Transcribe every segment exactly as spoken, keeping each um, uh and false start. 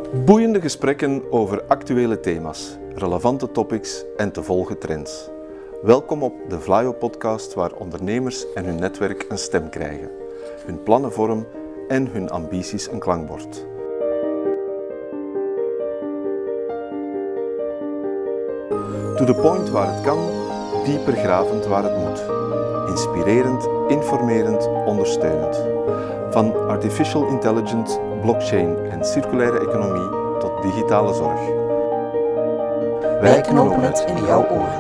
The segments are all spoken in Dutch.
Boeiende gesprekken over actuele thema's, relevante topics en te volgen trends. Welkom op de Vlaio-podcast waar ondernemers en hun netwerk een stem krijgen, hun plannen vorm en hun ambities een klankbord. To the point waar het kan, dieper gravend waar het moet. Inspirerend, informerend, ondersteunend. Van artificial intelligence, blockchain en circulaire economie tot digitale zorg. Wij knopen het in jouw oren.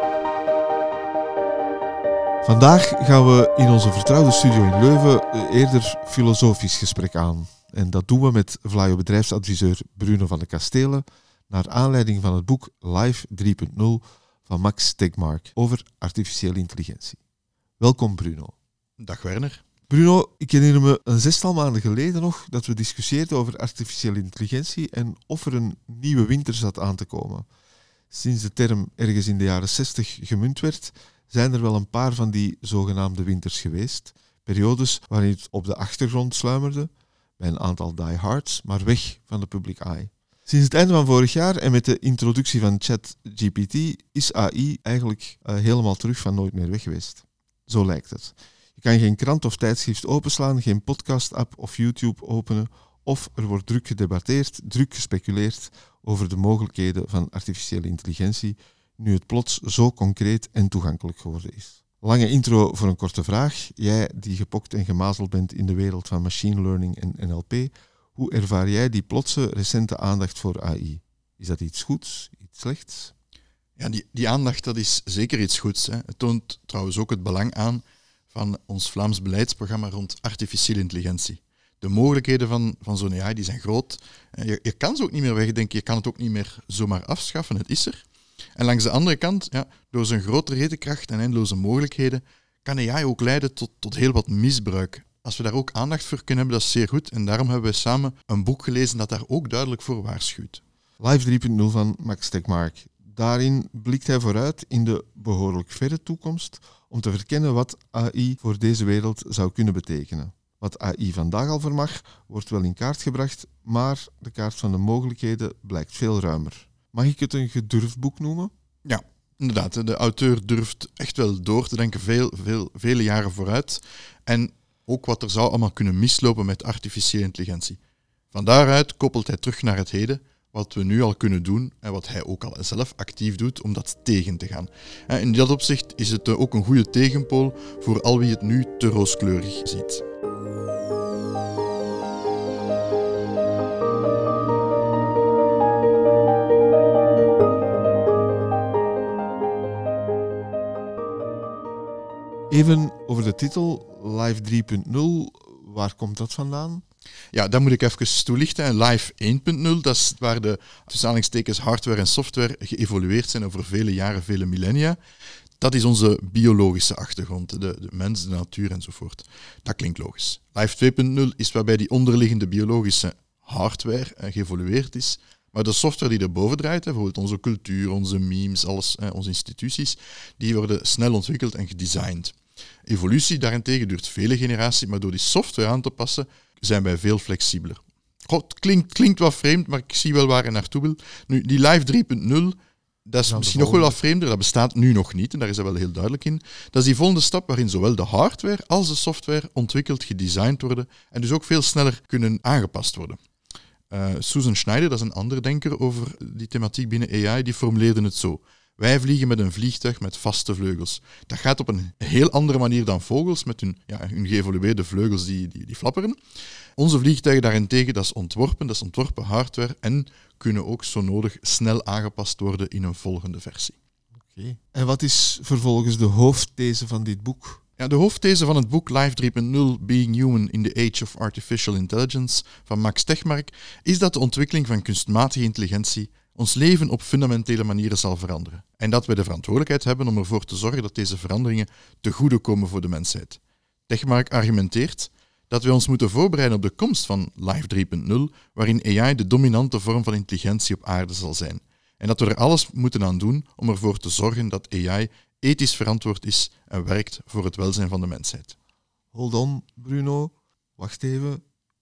Vandaag gaan we in onze vertrouwde studio in Leuven eerder filosofisch gesprek aan. En dat doen we met Vlaio bedrijfsadviseur Bruno van de Kastelen, naar aanleiding van het boek Live drie punt nul van Max Tegmark over artificiële intelligentie. Welkom Bruno. Dag Werner. Bruno, ik herinner me een zestal maanden geleden nog dat we discussieerden over artificiële intelligentie en of er een nieuwe winter zat aan te komen. Sinds de term ergens in de jaren zestig gemunt werd, zijn er wel een paar van die zogenaamde winters geweest. Periodes waarin het op de achtergrond sluimerde, bij een aantal diehards, maar weg van de public eye. Sinds het einde van vorig jaar en met de introductie van ChatGPT is A I eigenlijk uh, helemaal terug van nooit meer weg geweest. Zo lijkt het. Je kan geen krant of tijdschrift openslaan, geen podcast-app of YouTube openen, of er wordt druk gedebatteerd, druk gespeculeerd over de mogelijkheden van artificiële intelligentie, nu het plots zo concreet en toegankelijk geworden is. Lange intro voor een korte vraag. Jij die gepokt en gemazeld bent in de wereld van machine learning en N L P, hoe ervaar jij die plotse, recente aandacht voor A I? Is dat iets goeds, iets slechts? Ja, die, die aandacht dat is zeker iets goeds. Hè. Het toont trouwens ook het belang aan van ons Vlaams beleidsprogramma rond artificiële intelligentie. De mogelijkheden van, van zo'n A I die zijn groot. Je, je kan ze ook niet meer wegdenken, je kan het ook niet meer zomaar afschaffen, het is er. En langs de andere kant, ja, door zijn grote rekenkracht en eindeloze mogelijkheden, kan A I ook leiden tot, tot heel wat misbruik. Als we daar ook aandacht voor kunnen hebben, dat is zeer goed. En daarom hebben we samen een boek gelezen dat daar ook duidelijk voor waarschuwt. Live drie punt nul van Max Tegmark. Daarin blikt hij vooruit in de behoorlijk verre toekomst om te verkennen wat A I voor deze wereld zou kunnen betekenen. Wat A I vandaag al vermag, wordt wel in kaart gebracht, maar de kaart van de mogelijkheden blijkt veel ruimer. Mag ik het een gedurfd boek noemen? Ja, inderdaad. De auteur durft echt wel door te denken, veel, veel, vele jaren vooruit. En ook wat er zou allemaal kunnen mislopen met artificiële intelligentie. Van daaruit koppelt hij terug naar het heden, wat we nu al kunnen doen en wat hij ook al zelf actief doet om dat tegen te gaan. In dat opzicht is het ook een goede tegenpool voor al wie het nu te rooskleurig ziet. Even over de titel, Live drie punt nul, waar komt dat vandaan? Ja, dat moet ik even toelichten. Live één punt nul, dat is waar de tussen aanhalingstekens hardware en software geëvolueerd zijn over vele jaren, vele millennia. Dat is onze biologische achtergrond, de, de mens, de natuur enzovoort. Dat klinkt logisch. Live twee punt nul is waarbij die onderliggende biologische hardware eh, geëvolueerd is, maar de software die erboven draait, bijvoorbeeld onze cultuur, onze memes, alles, eh, onze instituties, die worden snel ontwikkeld en gedesigned. Evolutie daarentegen duurt vele generaties, maar door die software aan te passen, zijn wij veel flexibeler. God, het klinkt, klinkt wat vreemd, maar ik zie wel waar hij naartoe wil. Nu, die Live drie punt nul, dat is misschien nog wel wat vreemder, dat bestaat nu nog niet, en daar is hij wel heel duidelijk in. Dat is die volgende stap waarin zowel de hardware als de software ontwikkeld, gedesigned worden en dus ook veel sneller kunnen aangepast worden. Uh, Susan Schneider, dat is een andere denker over die thematiek binnen A I, die formuleerde het zo. Wij vliegen met een vliegtuig met vaste vleugels. Dat gaat op een heel andere manier dan vogels met hun, ja, hun geëvolueerde vleugels die, die, die flapperen. Onze vliegtuigen daarentegen, dat is ontworpen, dat is ontworpen hardware en kunnen ook zo nodig snel aangepast worden in een volgende versie. Okay. En wat is vervolgens de hoofdthese van dit boek? Ja, de hoofdthese van het boek Live drie punt nul, Being Human in the Age of Artificial Intelligence van Max Tegmark is dat de ontwikkeling van kunstmatige intelligentie ons leven op fundamentele manieren zal veranderen. En dat wij de verantwoordelijkheid hebben om ervoor te zorgen dat deze veranderingen te goede komen voor de mensheid. Tegmark argumenteert dat wij ons moeten voorbereiden op de komst van Live drie punt nul, waarin A I de dominante vorm van intelligentie op aarde zal zijn. En dat we er alles moeten aan doen om ervoor te zorgen dat A I ethisch verantwoord is en werkt voor het welzijn van de mensheid. Hold on, Bruno. Wacht even.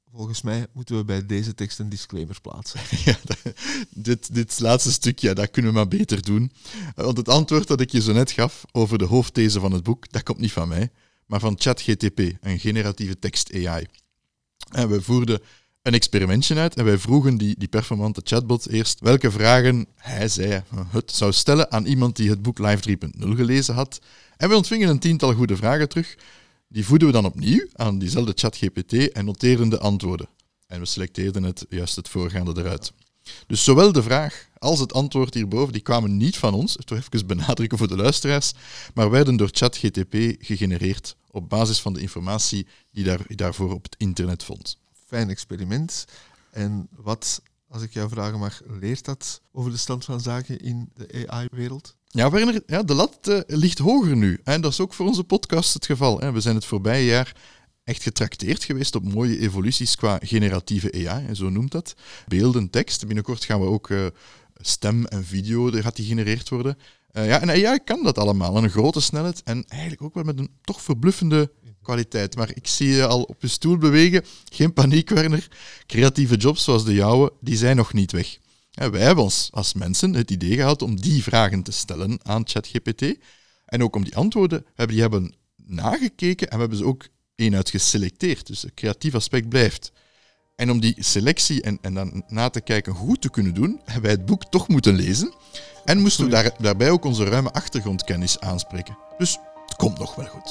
volgens mij moeten we bij deze tekst een disclaimer plaatsen. Ja, dat, dit, dit laatste stukje, ja, dat kunnen we maar beter doen. Want het antwoord dat ik je zo net gaf over de hoofdthese van het boek, dat komt niet van mij, maar van ChatGTP, een generatieve tekst-A I. En we voerden een experimentje uit en wij vroegen die, die performante chatbot eerst welke vragen hij zei het zou stellen aan iemand die het boek Live drie punt nul gelezen had. En we ontvingen een tiental goede vragen terug. Die voeden we dan opnieuw aan diezelfde ChatGPT en noteerden de antwoorden. En we selecteerden het, juist het voorgaande eruit. Dus zowel de vraag als het antwoord hierboven, die kwamen niet van ons, toch even benadrukken voor de luisteraars, maar werden door ChatGTP gegenereerd op basis van de informatie die daar, die daarvoor op het internet vond. Fijn experiment. En wat, als ik jou vragen mag, leert dat over de stand van zaken in de A I-wereld? Ja, Werner, ja, de lat uh, ligt hoger nu. En dat is ook voor onze podcast het geval. Hè. We zijn het voorbije jaar echt getrakteerd geweest op mooie evoluties qua generatieve A I, zo noemt dat. Beelden, tekst. Binnenkort gaan we ook uh, stem en video, er gaat die genereerd worden. Uh, ja, en A I kan dat allemaal, een grote snelheid en eigenlijk ook wel met een toch verbluffende kwaliteit. Maar ik zie je al op je stoel bewegen. Geen paniek, Werner. Creatieve jobs zoals de jouwe, die zijn nog niet weg. Ja, wij hebben ons als mensen het idee gehad om die vragen te stellen aan ChatGPT. En ook om die antwoorden, we hebben die hebben nagekeken en we hebben ze ook één uit geselecteerd. Dus het creatief aspect blijft. En om die selectie en, en dan na te kijken goed te kunnen doen, hebben wij het boek toch moeten lezen. En moesten we daar, daarbij ook onze ruime achtergrondkennis aanspreken. Dus het komt nog wel goed.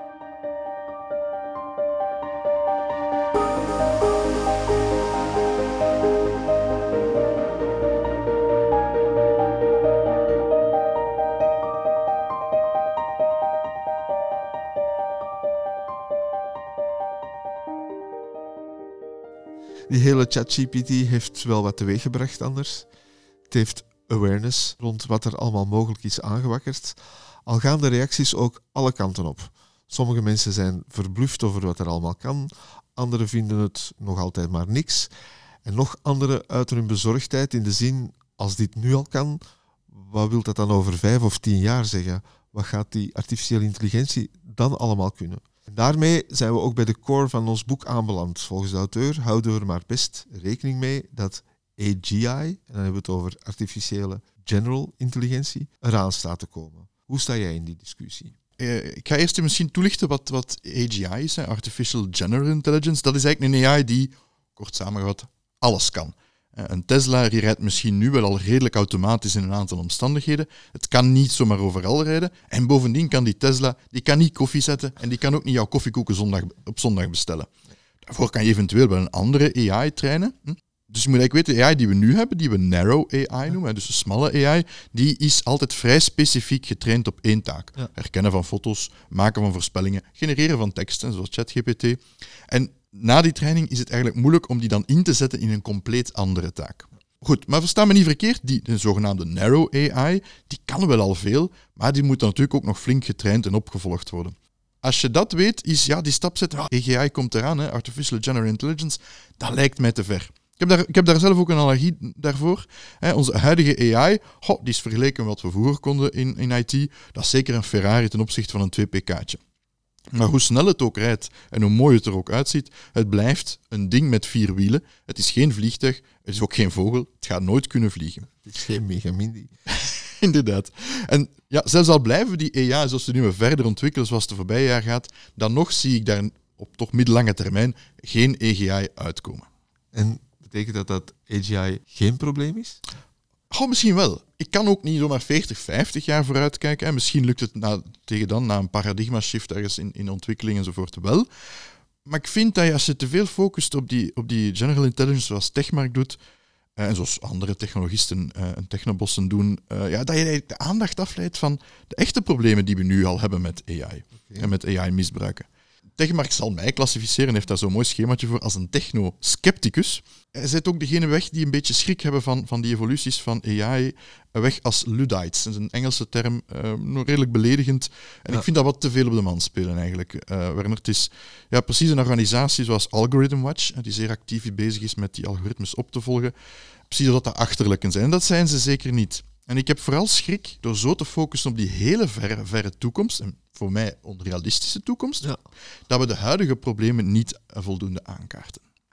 Die hele ChatGPT heeft wel wat teweeggebracht anders. Het heeft awareness rond wat er allemaal mogelijk is aangewakkerd. Al gaan de reacties ook alle kanten op. Sommige mensen zijn verbluft over wat er allemaal kan. Anderen vinden het nog altijd maar niks. En nog anderen uiten hun bezorgdheid in de zin, als dit nu al kan, wat wil dat dan over vijf of tien jaar zeggen? Wat gaat die artificiële intelligentie dan allemaal kunnen? En daarmee zijn we ook bij de core van ons boek aanbeland. Volgens de auteur houden we er maar best rekening mee dat A G I, en dan hebben we het over artificiële general intelligentie, eraan staat te komen. Hoe sta jij in die discussie? Uh, ik ga eerst misschien toelichten wat, wat A G I is, hè, Artificial General Intelligence. Dat is eigenlijk een A I die, kort samengevat, alles kan. Uh, een Tesla die rijdt misschien nu wel al redelijk automatisch in een aantal omstandigheden. Het kan niet zomaar overal rijden. En bovendien kan die Tesla die kan niet koffie zetten en die kan ook niet jouw koffiekoeken zondag, op zondag bestellen. Daarvoor kan je eventueel wel een andere A I trainen. Hm? Dus je moet eigenlijk weten, de A I die we nu hebben, die we narrow A I noemen, dus een smalle A I, die is altijd vrij specifiek getraind op één taak. Ja. Herkennen van foto's, maken van voorspellingen, genereren van teksten, zoals ChatGPT. En na die training is het eigenlijk moeilijk om die dan in te zetten in een compleet andere taak. Goed, maar versta me niet verkeerd, die de zogenaamde narrow A I, die kan wel al veel, maar die moet natuurlijk ook nog flink getraind en opgevolgd worden. Als je dat weet, is ja, die stap zetten, A G I komt eraan, hè, Artificial General Intelligence, dat lijkt mij te ver. Ik heb, daar, ik heb daar zelf ook een allergie daarvoor. He, onze huidige A I, ho, die is vergeleken met wat we vroeger konden in, in I T, dat is zeker een Ferrari ten opzichte van een twee pk'tje. Maar hoe snel het ook rijdt en hoe mooi het er ook uitziet, het blijft een ding met vier wielen. Het is geen vliegtuig, het is ook geen vogel, het gaat nooit kunnen vliegen. Het is geen Megamindi. Inderdaad. En ja, zelfs al blijven die A I, zoals ze nu maar verder ontwikkelen zoals het de voorbije jaar gaat, dan nog zie ik daar op toch middellange termijn geen A G I uitkomen. En betekent dat dat A G I geen probleem is? Oh, misschien wel. Ik kan ook niet zomaar veertig, vijftig jaar vooruit kijken. En misschien lukt het na, tegen dan, na een paradigma-shift ergens in, in ontwikkeling enzovoort wel. Maar ik vind dat je, als je te veel focust op die, op die general intelligence, zoals Techmark doet, uh, en zoals andere technologisten uh, en technobossen doen, uh, ja, dat je eigenlijk de aandacht afleidt van de echte problemen die we nu al hebben met A I. Okay. En met A I-misbruiken. Techmark zal mij klassificeren, heeft daar zo'n mooi schemaatje voor, als een techno-scepticus. Hij zet ook degene weg die een beetje schrik hebben van, van die evoluties van A I, weg als Luddites. Dat is een Engelse term, uh, nog redelijk beledigend. En ja. Ik vind dat wat te veel op de man spelen eigenlijk. Uh, Werner, het is ja, precies een organisatie zoals Algorithm Watch, die zeer actief bezig is met die algoritmes op te volgen. Precies dat dat achterlijken zijn. En dat zijn ze zeker niet. En ik heb vooral schrik door zo te focussen op die hele verre, verre toekomst, en voor mij onrealistische toekomst, ja. dat we de huidige problemen niet voldoende aankaarten.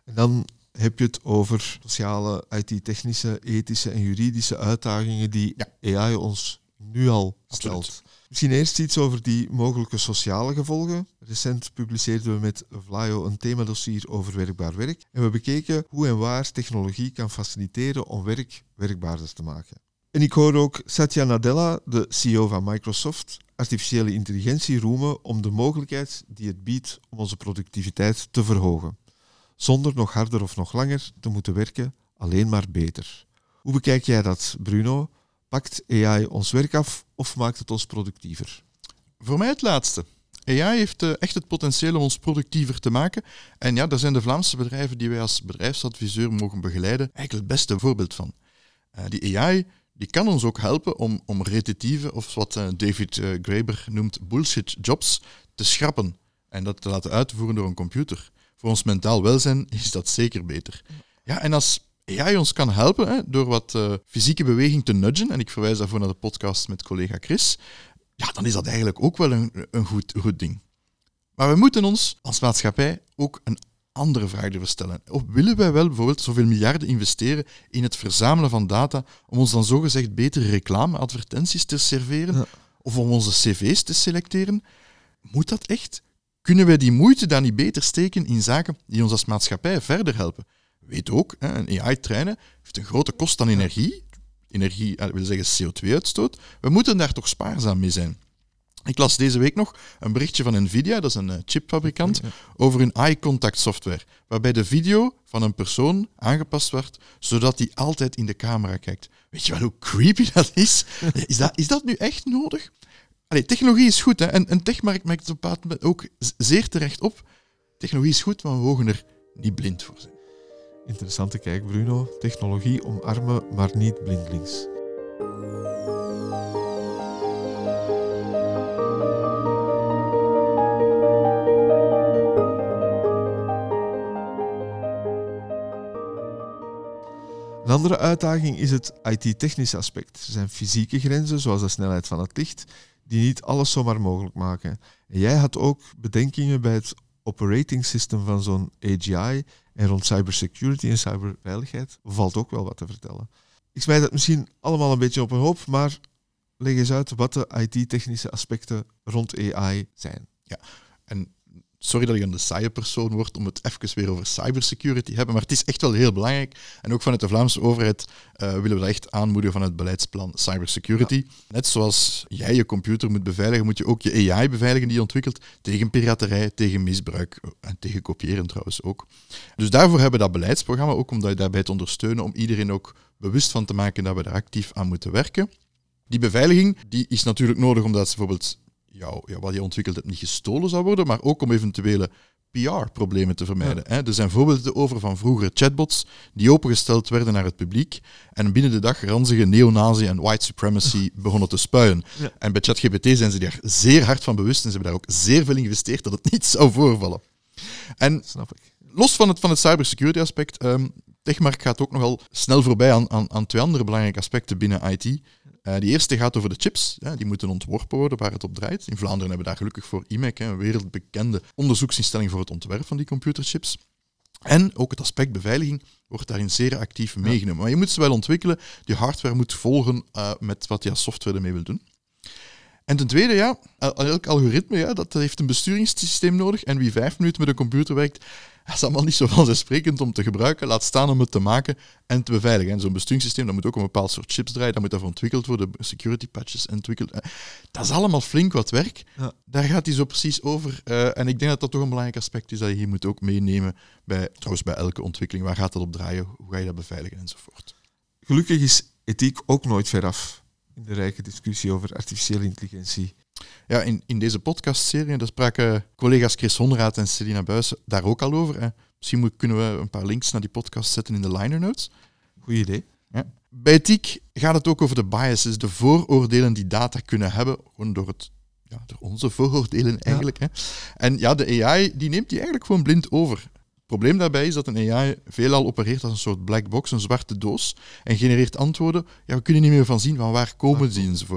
En dan heb je het over sociale, I T-technische, ethische en juridische uitdagingen die ja. A I ons nu al stelt. Absoluut. Misschien eerst iets over die mogelijke sociale gevolgen. Recent publiceerden we met Vlaio een themadossier over werkbaar werk. En we bekeken hoe en waar technologie kan faciliteren om werk werkbaarder te maken. En ik hoor ook Satya Nadella, de C E O van Microsoft, artificiële intelligentie roemen om de mogelijkheid die het biedt om onze productiviteit te verhogen. Zonder nog harder of nog langer te moeten werken, alleen maar beter. Hoe bekijk jij dat, Bruno? Pakt A I ons werk af of maakt het ons productiever? Voor mij het laatste. A I heeft uh, echt het potentieel om ons productiever te maken. En ja, daar zijn de Vlaamse bedrijven die wij als bedrijfsadviseur mogen begeleiden eigenlijk het beste voorbeeld van. Uh, die A I die kan ons ook helpen om, om repetitieve, of wat uh, David uh, Graeber noemt, bullshit jobs, te schrappen. En dat te laten uitvoeren door een computer. Voor ons mentaal welzijn is dat zeker beter. Ja, en als A I ons kan helpen hè, door wat uh, fysieke beweging te nudgen, en ik verwijs daarvoor naar de podcast met collega Chris, ja, dan is dat eigenlijk ook wel een, een goed, goed ding. Maar we moeten ons als maatschappij ook een andere vraag durven stellen. Of willen wij wel bijvoorbeeld zoveel miljarden investeren in het verzamelen van data om ons dan zogezegd betere reclame-advertenties te serveren? Ja. Of om onze cv's te selecteren? Moet dat echt? Kunnen wij die moeite dan niet beter steken in zaken die ons als maatschappij verder helpen? Weet ook, een A I-trainen heeft een grote kost aan energie. Energie, dat wil zeggen C O twee uitstoot. We moeten daar toch spaarzaam mee zijn. Ik las deze week nog een berichtje van Nvidia, dat is een chipfabrikant, over hun eye contact software, waarbij de video van een persoon aangepast wordt, zodat die altijd in de camera kijkt. Weet je wel hoe creepy dat is? Is dat, is dat nu echt nodig? Allee, technologie is goed, hè? En, en Techmarkt merkt op een bepaald moment ook zeer terecht op. Technologie is goed, maar we mogen er niet blind voor zijn. Interessante kijk, Bruno. Technologie omarmen, maar niet blindelings. Een andere uitdaging is het I T-technische aspect. Er zijn fysieke grenzen, zoals de snelheid van het licht, die niet alles zomaar mogelijk maken. En jij had ook bedenkingen bij het operating system van zo'n A G I en rond cybersecurity en cyberveiligheid valt ook wel wat te vertellen. Ik smijt het misschien allemaal een beetje op een hoop, maar leg eens uit wat de I T-technische aspecten rond A I zijn. Ja, en sorry dat ik een de saaie persoon word om het even weer over cybersecurity te hebben, maar het is echt wel heel belangrijk. En ook vanuit de Vlaamse overheid uh, willen we dat echt aanmoedigen van het beleidsplan cybersecurity. Ja. Net zoals jij je computer moet beveiligen, moet je ook je A I beveiligen die je ontwikkelt tegen piraterij, tegen misbruik en tegen kopiëren trouwens ook. Dus daarvoor hebben we dat beleidsprogramma, ook om dat daarbij te ondersteunen, om iedereen ook bewust van te maken dat we daar actief aan moeten werken. Die beveiliging die is natuurlijk nodig omdat ze bijvoorbeeld Ja, ja, wat je ontwikkeld hebt niet gestolen zou worden, maar ook om eventuele P R-problemen te vermijden. Ja. Er zijn voorbeelden over van vroegere chatbots die opengesteld werden naar het publiek en binnen de dag ranzige neonazi en white supremacy begonnen te spuien. Ja. En bij ChatGPT zijn ze daar zeer hard van bewust en ze hebben daar ook zeer veel in geïnvesteerd dat het niet zou voorvallen. En Snap ik. Los van het, van het cybersecurity aspect, um, Techmarkt gaat ook nogal snel voorbij aan, aan, aan twee andere belangrijke aspecten binnen I T. Uh, die eerste gaat over de chips. Ja, die moeten ontworpen worden waar het op draait. In Vlaanderen hebben we daar gelukkig voor I M E C, hè, een wereldbekende onderzoeksinstelling voor het ontwerp van die computerchips. En ook het aspect beveiliging wordt daarin zeer actief meegenomen. Maar je moet ze wel ontwikkelen. Die hardware moet volgen uh, met wat je als software ermee wil doen. En ten tweede, ja, elk algoritme ja, dat heeft een besturingssysteem nodig. En wie vijf minuten met een computer werkt, dat is allemaal niet zo vanzelfsprekend om te gebruiken. Laat staan om het te maken en te beveiligen. En zo'n besturingssysteem, dat moet ook een bepaald soort chips draaien. Dat moet daarvoor ontwikkeld worden, security patches ontwikkeld. Dat is allemaal flink wat werk. Ja. Daar gaat hij zo precies over. Uh, en ik denk dat dat toch een belangrijk aspect is dat je hier moet ook meenemen. Bij, trouwens, bij elke ontwikkeling. Waar gaat dat op draaien? Hoe ga je dat beveiligen? Enzovoort. Gelukkig is ethiek ook nooit veraf in de rijke discussie over artificiële intelligentie. Ja, in, in deze podcastserie, daar spraken collega's Chris Honraad en Selina Buijsen daar ook al over. Hè. Misschien moet, kunnen we een paar links naar die podcast zetten in de liner notes. Goeie idee. Ja. Bij ethiek gaat het ook over de biases, de vooroordelen die data kunnen hebben, gewoon door, het, ja, door onze vooroordelen eigenlijk. Ja. Hè. En ja, de A I die neemt die eigenlijk gewoon blind over. Het probleem daarbij is dat een A I veelal opereert als een soort black box, een zwarte doos, en genereert antwoorden. Ja, we kunnen niet meer van zien van waar komen die enzovoort. Ja.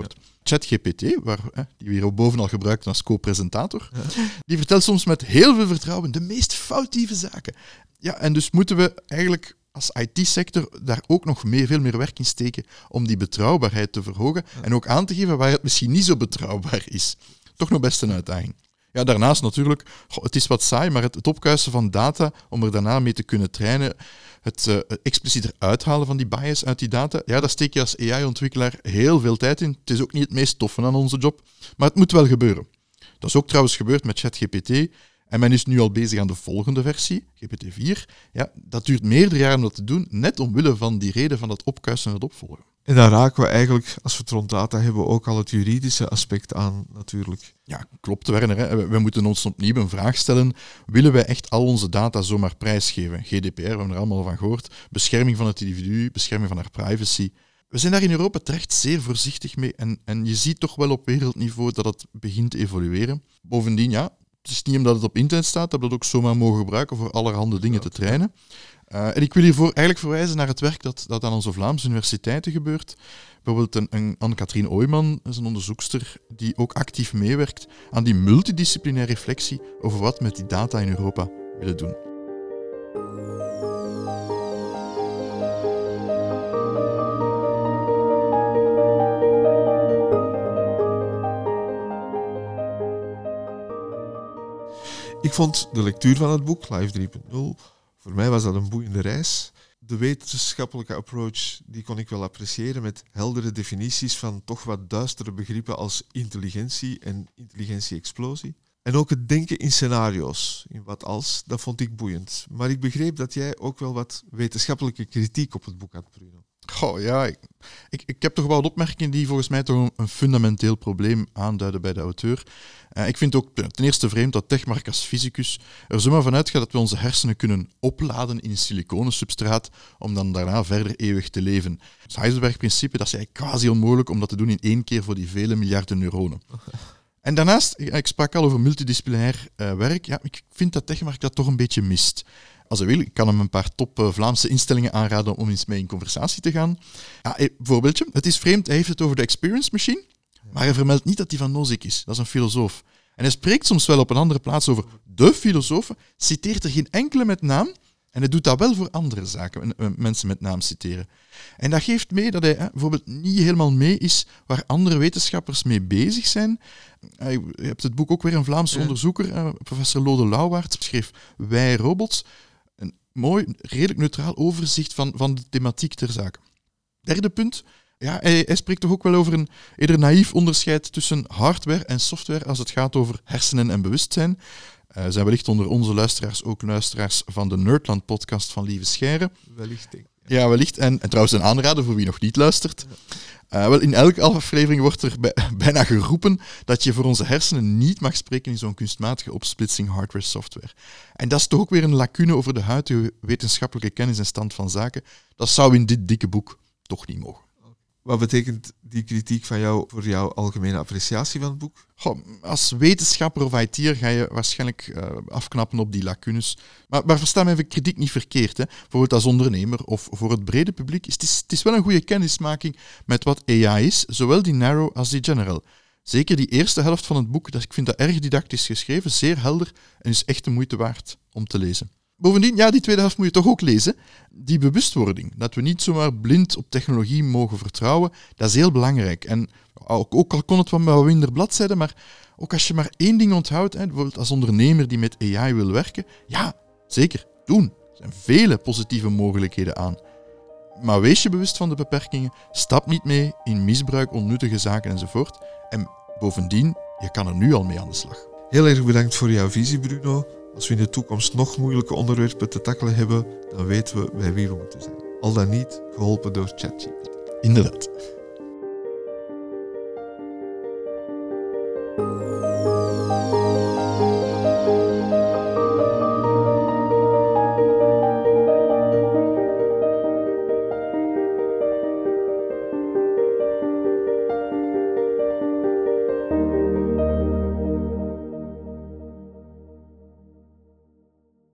ChatGPT, waar, hè, die we hier bovenal gebruikten als co-presentator, ja. die vertelt soms met heel veel vertrouwen de meest foutieve zaken. Ja, en dus moeten we eigenlijk als I T-sector daar ook nog meer, veel meer werk in steken om die betrouwbaarheid te verhogen ja. en ook aan te geven waar het misschien niet zo betrouwbaar is. Toch nog best een uitdaging. Ja, daarnaast natuurlijk, goh, het is wat saai, maar het, het opkuisen van data om er daarna mee te kunnen trainen, het uh, expliciet eruit halen van die bias uit die data, ja, daar steek je als A I-ontwikkelaar heel veel tijd in. Het is ook niet het meest toffe aan onze job, maar het moet wel gebeuren. Dat is ook trouwens gebeurd met ChatGPT. En men is nu al bezig aan de volgende versie, G P T vier. Ja, dat duurt meerdere jaren om dat te doen, net omwille van die reden van dat opkuisen en het opvolgen. En daar raken we eigenlijk, als we het rond data hebben, ook al het juridische aspect aan natuurlijk. Ja, klopt Werner. Hè. We moeten ons opnieuw een vraag stellen. Willen wij echt al onze data zomaar prijsgeven? G D P R, we hebben er allemaal van gehoord. Bescherming van het individu, bescherming van haar privacy. We zijn daar in Europa terecht zeer voorzichtig mee. En, en je ziet toch wel op wereldniveau dat het begint te evolueren. Bovendien, ja, het is niet omdat het op internet staat dat we dat ook zomaar mogen gebruiken voor allerhande dingen te trainen. Uh, en ik wil hiervoor eigenlijk verwijzen naar het werk dat, dat aan onze Vlaamse universiteiten gebeurt. Bijvoorbeeld een, een Anne-Katrien Ooijman, is een onderzoekster die ook actief meewerkt aan die multidisciplinaire reflectie over wat we met die data in Europa willen doen. Ik vond de lectuur van het boek, Live drie punt nul, voor mij was dat een boeiende reis. De wetenschappelijke approach die kon ik wel appreciëren met heldere definities van toch wat duistere begrippen als intelligentie en intelligentie-explosie. En ook het denken in scenario's, in wat als, dat vond ik boeiend. Maar ik begreep dat jij ook wel wat wetenschappelijke kritiek op het boek had, Bruno. Goh, ja, ik, ik, ik heb toch wel opmerkingen die volgens mij toch een, een fundamenteel probleem aanduiden bij de auteur. Uh, ik vind ook ten eerste vreemd dat Tegmark als fysicus er zomaar van uitgaat dat we onze hersenen kunnen opladen in een siliconensubstraat om dan daarna verder eeuwig te leven. Het Heisenberg-principe, dat is eigenlijk quasi onmogelijk om dat te doen in één keer voor die vele miljarden neuronen. En daarnaast, ik sprak al over multidisciplinair uh, werk, ja, ik vind dat Tegmark dat toch een beetje mist. Als hij wil, ik kan hem een paar top uh, Vlaamse instellingen aanraden om eens mee in conversatie te gaan. Ja, een voorbeeldje, het is vreemd, hij heeft het over de experience machine, maar hij vermeldt niet dat hij van Nozick is. Dat is een filosoof. En hij spreekt soms wel op een andere plaats over de filosofen, citeert er geen enkele met naam, en hij doet dat wel voor andere zaken, mensen met naam citeren. En dat geeft mee dat hij hè, bijvoorbeeld niet helemaal mee is waar andere wetenschappers mee bezig zijn. Je hebt het boek ook weer een Vlaamse ja. onderzoeker, professor Lode Lauwaert, schreef Wij Robots. Een mooi, redelijk neutraal overzicht van, van de thematiek ter zake. Derde punt. Ja, hij, hij spreekt toch ook wel over een eerder naïef onderscheid tussen hardware en software als het gaat over hersenen en bewustzijn. Uh, zijn wellicht onder onze luisteraars ook luisteraars van de Nerdland-podcast van Lieve Scheire. Wellicht, denk ik. Ja, wellicht. En, en trouwens een aanrader voor wie nog niet luistert. Uh, wel, in elke aflevering wordt er bij, bijna geroepen dat je voor onze hersenen niet mag spreken in zo'n kunstmatige opsplitsing hardware-software. En dat is toch ook weer een lacune over de huidige wetenschappelijke kennis en stand van zaken. Dat zou in dit dikke boek toch niet mogen. Wat betekent die kritiek van jou voor jouw algemene appreciatie van het boek? Goh, als wetenschapper of I T'er ga je waarschijnlijk uh, afknappen op die lacunes. Maar, maar versta mijn kritiek niet verkeerd. Hè. Bijvoorbeeld als ondernemer of voor het brede publiek is het, is, het is wel een goede kennismaking met wat A I is, zowel die narrow als die general. Zeker die eerste helft van het boek, dat, ik vind dat erg didactisch geschreven, zeer helder en is echt de moeite waard om te lezen. Bovendien, ja, die tweede helft moet je toch ook lezen. Die bewustwording, dat we niet zomaar blind op technologie mogen vertrouwen, dat is heel belangrijk. En ook, ook al kon het wat minder bladzijden, maar ook als je maar één ding onthoudt, hè, bijvoorbeeld als ondernemer die met A I wil werken, ja, zeker, doen. Er zijn vele positieve mogelijkheden aan. Maar wees je bewust van de beperkingen, stap niet mee in misbruik, onnuttige zaken enzovoort. En bovendien, je kan er nu al mee aan de slag. Heel erg bedankt voor jouw visie, Bruno. Als we in de toekomst nog moeilijke onderwerpen te tackelen hebben, dan weten we bij wie we moeten zijn. Al dan niet geholpen door ChatGPT. Inderdaad.